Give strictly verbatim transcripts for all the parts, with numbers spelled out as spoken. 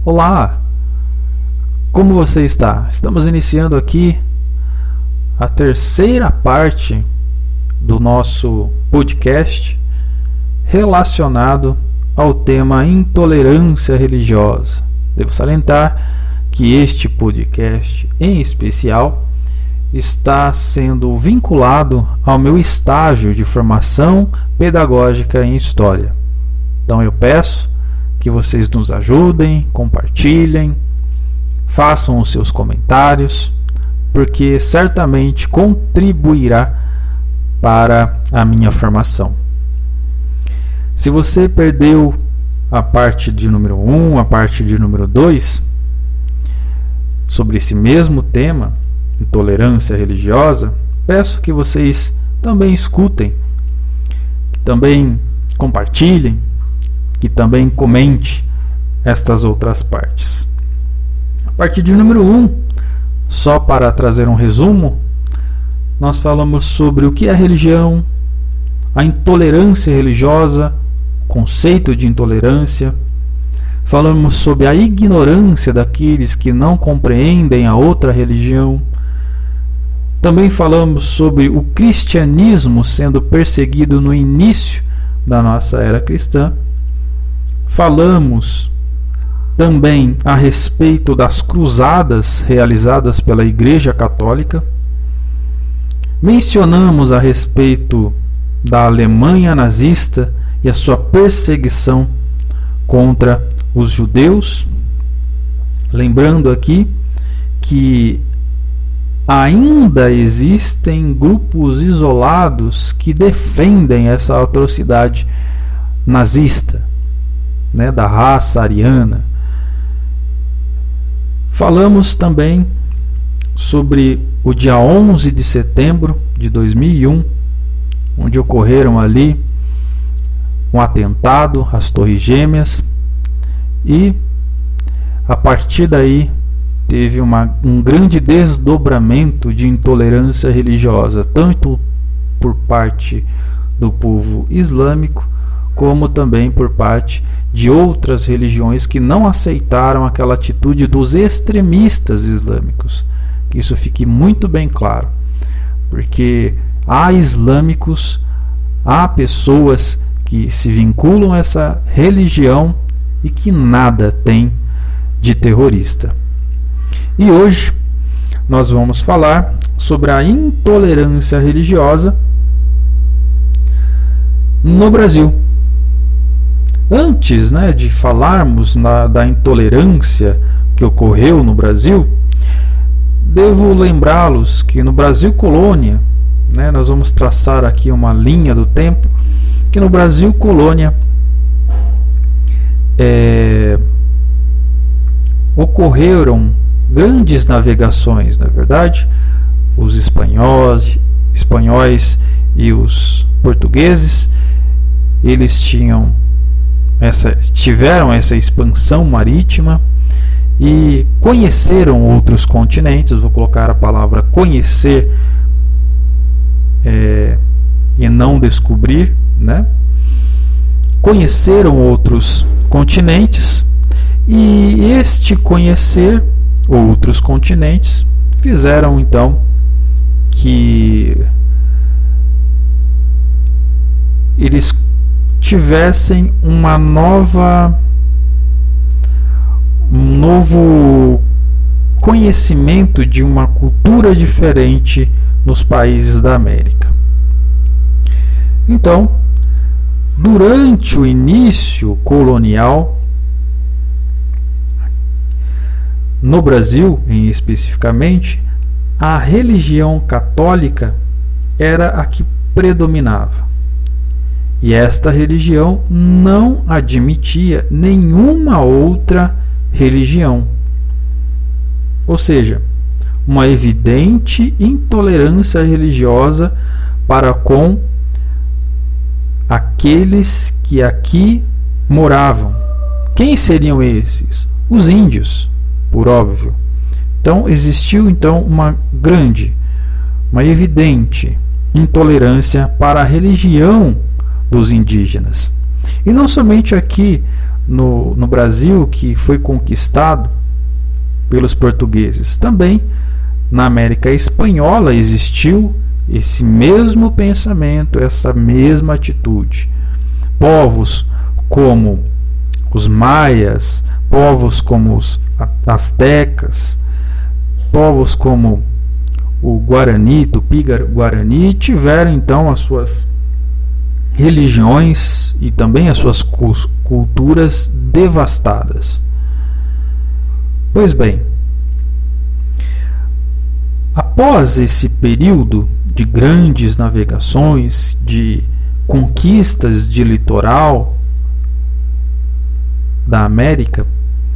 Olá! Como você está? Estamos iniciando aqui a terceira parte do nosso podcast relacionado ao tema intolerância religiosa. Devo salientar que este podcast em especial está sendo vinculado ao meu estágio de formação pedagógica em História. Então eu peço que vocês nos ajudem, compartilhem, façam os seus comentários, porque certamente contribuirá para a minha formação. Se você perdeu a parte de número um, a parte de número dois, sobre esse mesmo tema, intolerância religiosa, peço que vocês também escutem, que também compartilhem, que também comente estas outras partes. A partir de número um, só para trazer um resumo, nós falamos sobre o que é religião, a intolerância religiosa, conceito de intolerância. Falamos sobre a ignorância daqueles que não compreendem a outra religião. Também falamos sobre o cristianismo sendo perseguido no início da nossa era cristã. Falamos também a respeito das cruzadas realizadas pela Igreja Católica. Mencionamos a respeito da Alemanha nazista e a sua perseguição contra os judeus. Lembrando aqui que ainda existem grupos isolados que defendem essa atrocidade nazista, né, da raça ariana. Falamos também sobre o dia onze de setembro de dois mil e um, onde ocorreram ali um atentado às Torres Gêmeas, e a partir daí teve uma, um grande desdobramento de intolerância religiosa, tanto por parte do povo islâmico, como também por parte de outras religiões que não aceitaram aquela atitude dos extremistas islâmicos. Que isso fique muito bem claro, porque há islâmicos, há pessoas que se vinculam a essa religião e que nada tem de terrorista. E hoje nós vamos falar sobre a intolerância religiosa no Brasil. Antes, né, de falarmos na, da intolerância que ocorreu no Brasil, devo lembrá-los que no Brasil colônia, né, nós vamos traçar aqui uma linha do tempo, que no Brasil colônia é, ocorreram grandes navegações, não é verdade? Os espanhóis, espanhóis e os portugueses, eles tinham essa, tiveram essa expansão marítima e conheceram outros continentes. Vou colocar a palavra conhecer é, e não descobrir, né? Conheceram outros continentes, e este conhecer outros continentes fizeram então que eles tivessem uma nova um novo conhecimento de uma cultura diferente nos países da América. Então, durante o início colonial no Brasil, em especificamente, a religião católica era a que predominava. E esta religião não admitia nenhuma outra religião. Ou seja, uma evidente intolerância religiosa para com aqueles que aqui moravam. Quem seriam esses? Os índios, por óbvio. Então existiu então uma grande, uma evidente intolerância para a religião dos indígenas. E não somente aqui no, no Brasil, que foi conquistado pelos portugueses. Também na América Espanhola existiu esse mesmo pensamento, essa mesma atitude. Povos como os maias, povos como os astecas, povos como o Guarani, Tupi-Guarani, tiveram então as suas religiões e também as suas culturas devastadas. Pois bem, após esse período de grandes navegações, de conquistas de litoral da América,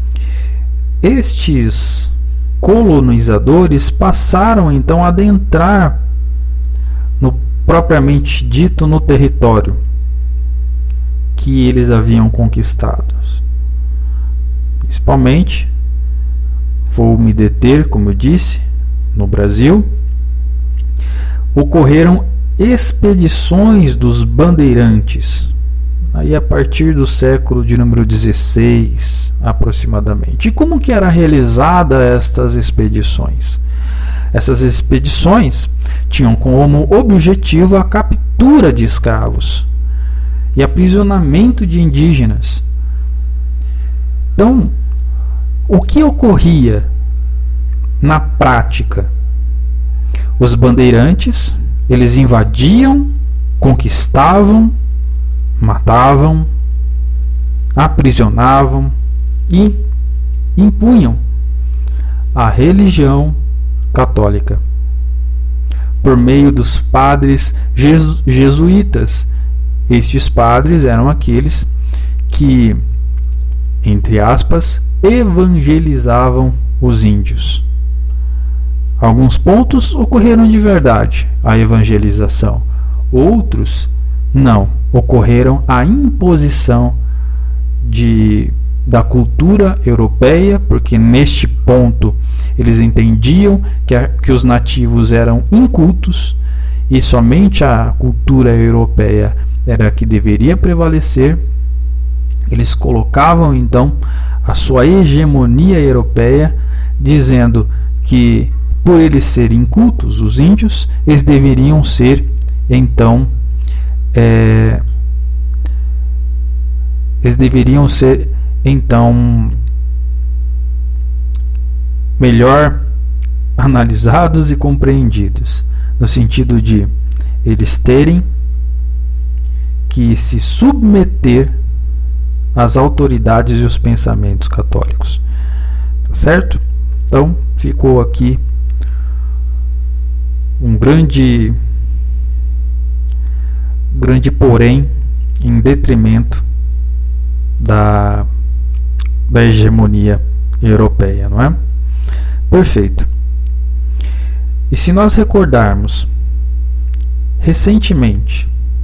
estes colonizadores passaram então a adentrar no propriamente dito no território que eles haviam conquistado. Principalmente, vou me deter, como eu disse, no Brasil, ocorreram expedições dos bandeirantes, aí a partir do século de número dezesseis aproximadamente. E como que era realizada estas expedições? Essas expedições tinham como objetivo a captura de escravos e aprisionamento de indígenas. Então, o que ocorria na prática? Os bandeirantes, eles invadiam, conquistavam, matavam, aprisionavam e impunham a religião católica por meio dos padres jesu- jesuítas. Estes padres eram aqueles que, entre aspas, evangelizavam os índios. Alguns pontos ocorreram de verdade, a evangelização. Outros não, ocorreram a imposição de, da cultura europeia, porque neste ponto eles entendiam que, a, que os nativos eram incultos e somente a cultura europeia era a que deveria prevalecer. Eles colocavam então a sua hegemonia europeia, dizendo que por eles serem incultos, os índios, eles deveriam ser então é, eles deveriam ser então melhor analisados e compreendidos, no sentido de eles terem que se submeter às autoridades e os pensamentos católicos. Tá certo? Então ficou aqui um grande grande porém em detrimento da, da hegemonia europeia, não é? Perfeito. E se nós recordarmos, recentemente,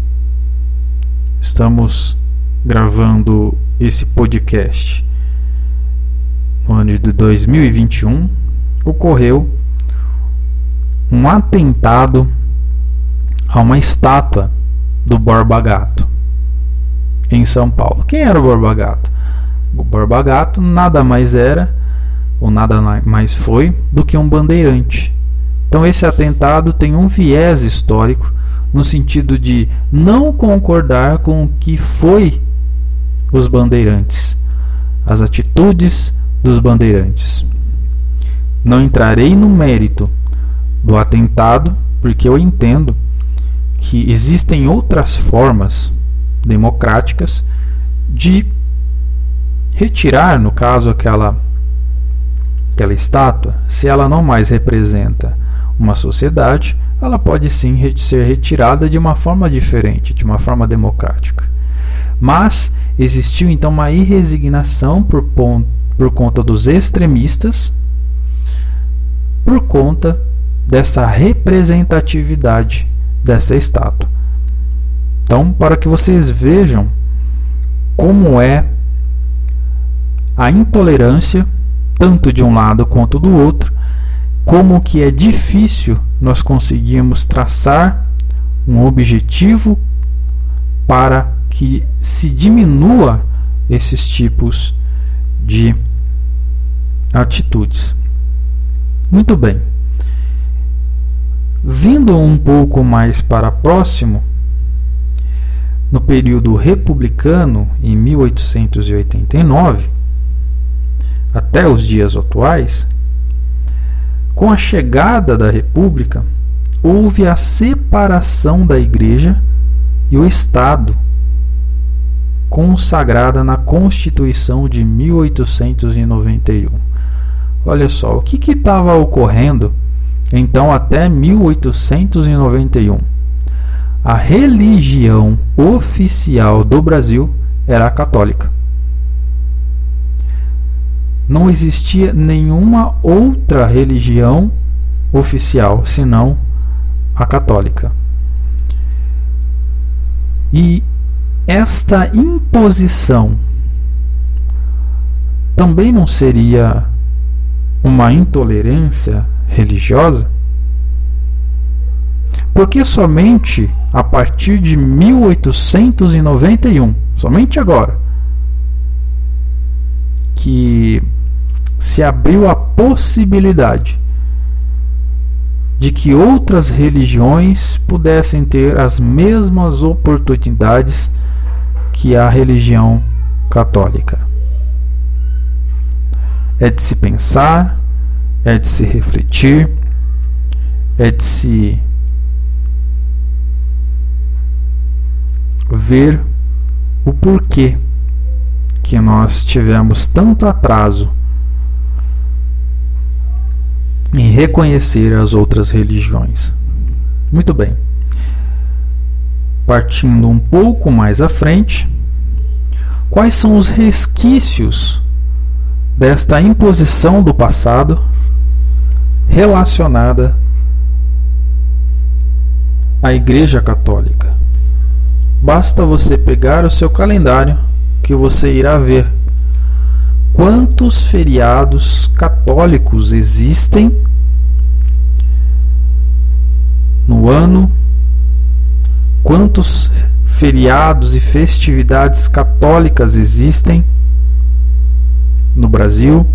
estamos gravando esse podcast no ano de dois mil e vinte e um, ocorreu um atentado a uma estátua do Borba Gato em São Paulo. Quem era o Borba Gato? O Borba Gato nada mais era, ou nada mais foi, do que um bandeirante. Então esse atentado tem um viés histórico, no sentido de não concordar com o que foi os bandeirantes, as atitudes dos bandeirantes. Não entrarei no mérito do atentado, porque eu entendo que existem outras formas democráticas de retirar, no caso, aquela, aquela estátua. Se ela não mais representa uma sociedade, ela pode sim ser retirada de uma forma diferente, de uma forma democrática. Mas existiu então uma irresignação por, por conta dos extremistas, por conta dessa representatividade dessa estátua. Então, para que vocês vejam como é a intolerância, tanto de um lado quanto do outro, como que é difícil nós conseguirmos traçar um objetivo para que se diminua esses tipos de atitudes. Muito bem. Vindo um pouco mais para próximo, no período republicano, em mil oitocentos e oitenta e nove, até os dias atuais, com a chegada da República, houve a separação da Igreja e o Estado, consagrada na Constituição de mil oitocentos e noventa e um. Olha só, o que estava ocorrendo então até mil oitocentos e noventa e um? A religião oficial do Brasil era a católica. Não existia nenhuma outra religião oficial senão a católica. E esta imposição também não seria uma intolerância religiosa? Porque somente a partir de mil oitocentos e noventa e um, somente agora, que se abriu a possibilidade de que outras religiões pudessem ter as mesmas oportunidades que a religião católica. É de se pensar, é de se refletir, é de se ver o porquê que nós tivemos tanto atraso em reconhecer as outras religiões. Muito bem. Partindo um pouco mais à frente, quais são os resquícios desta imposição do passado relacionada à Igreja Católica? Basta você pegar o seu calendário que você irá ver quantos feriados católicos existem no ano, quantos feriados e festividades católicas existem no Brasil.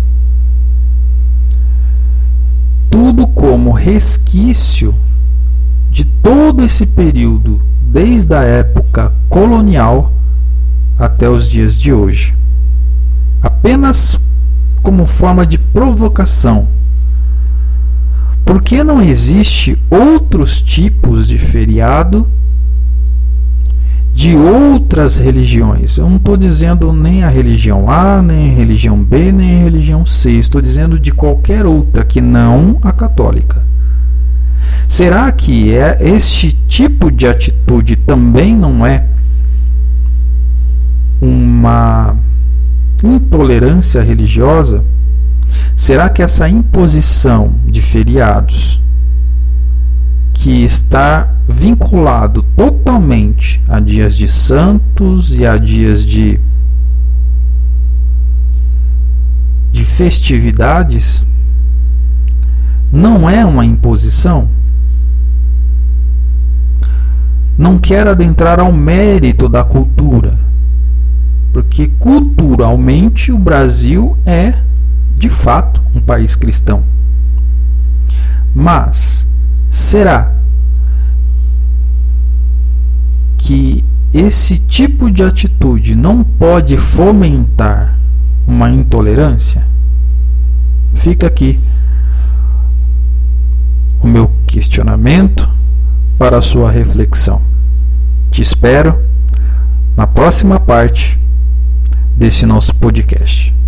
Tudo como resquício de todo esse período, desde a época colonial até os dias de hoje. Apenas como forma de provocação. Por que não existe outros tipos de feriado de outras religiões? Eu não estou dizendo nem a religião A, nem a religião B, nem a religião C. Estou dizendo de qualquer outra que não a católica. Será que é este tipo de atitude também não é uma intolerância religiosa? Será que essa imposição de feriados, que está vinculado totalmente a dias de santos e a dias de, de festividades, não é uma imposição? Não quero adentrar ao mérito da cultura, porque culturalmente o Brasil é, de fato, um país cristão. Mas será que esse tipo de atitude não pode fomentar uma intolerância? Fica aqui o meu questionamento para a sua reflexão. Te espero na próxima parte desse nosso podcast.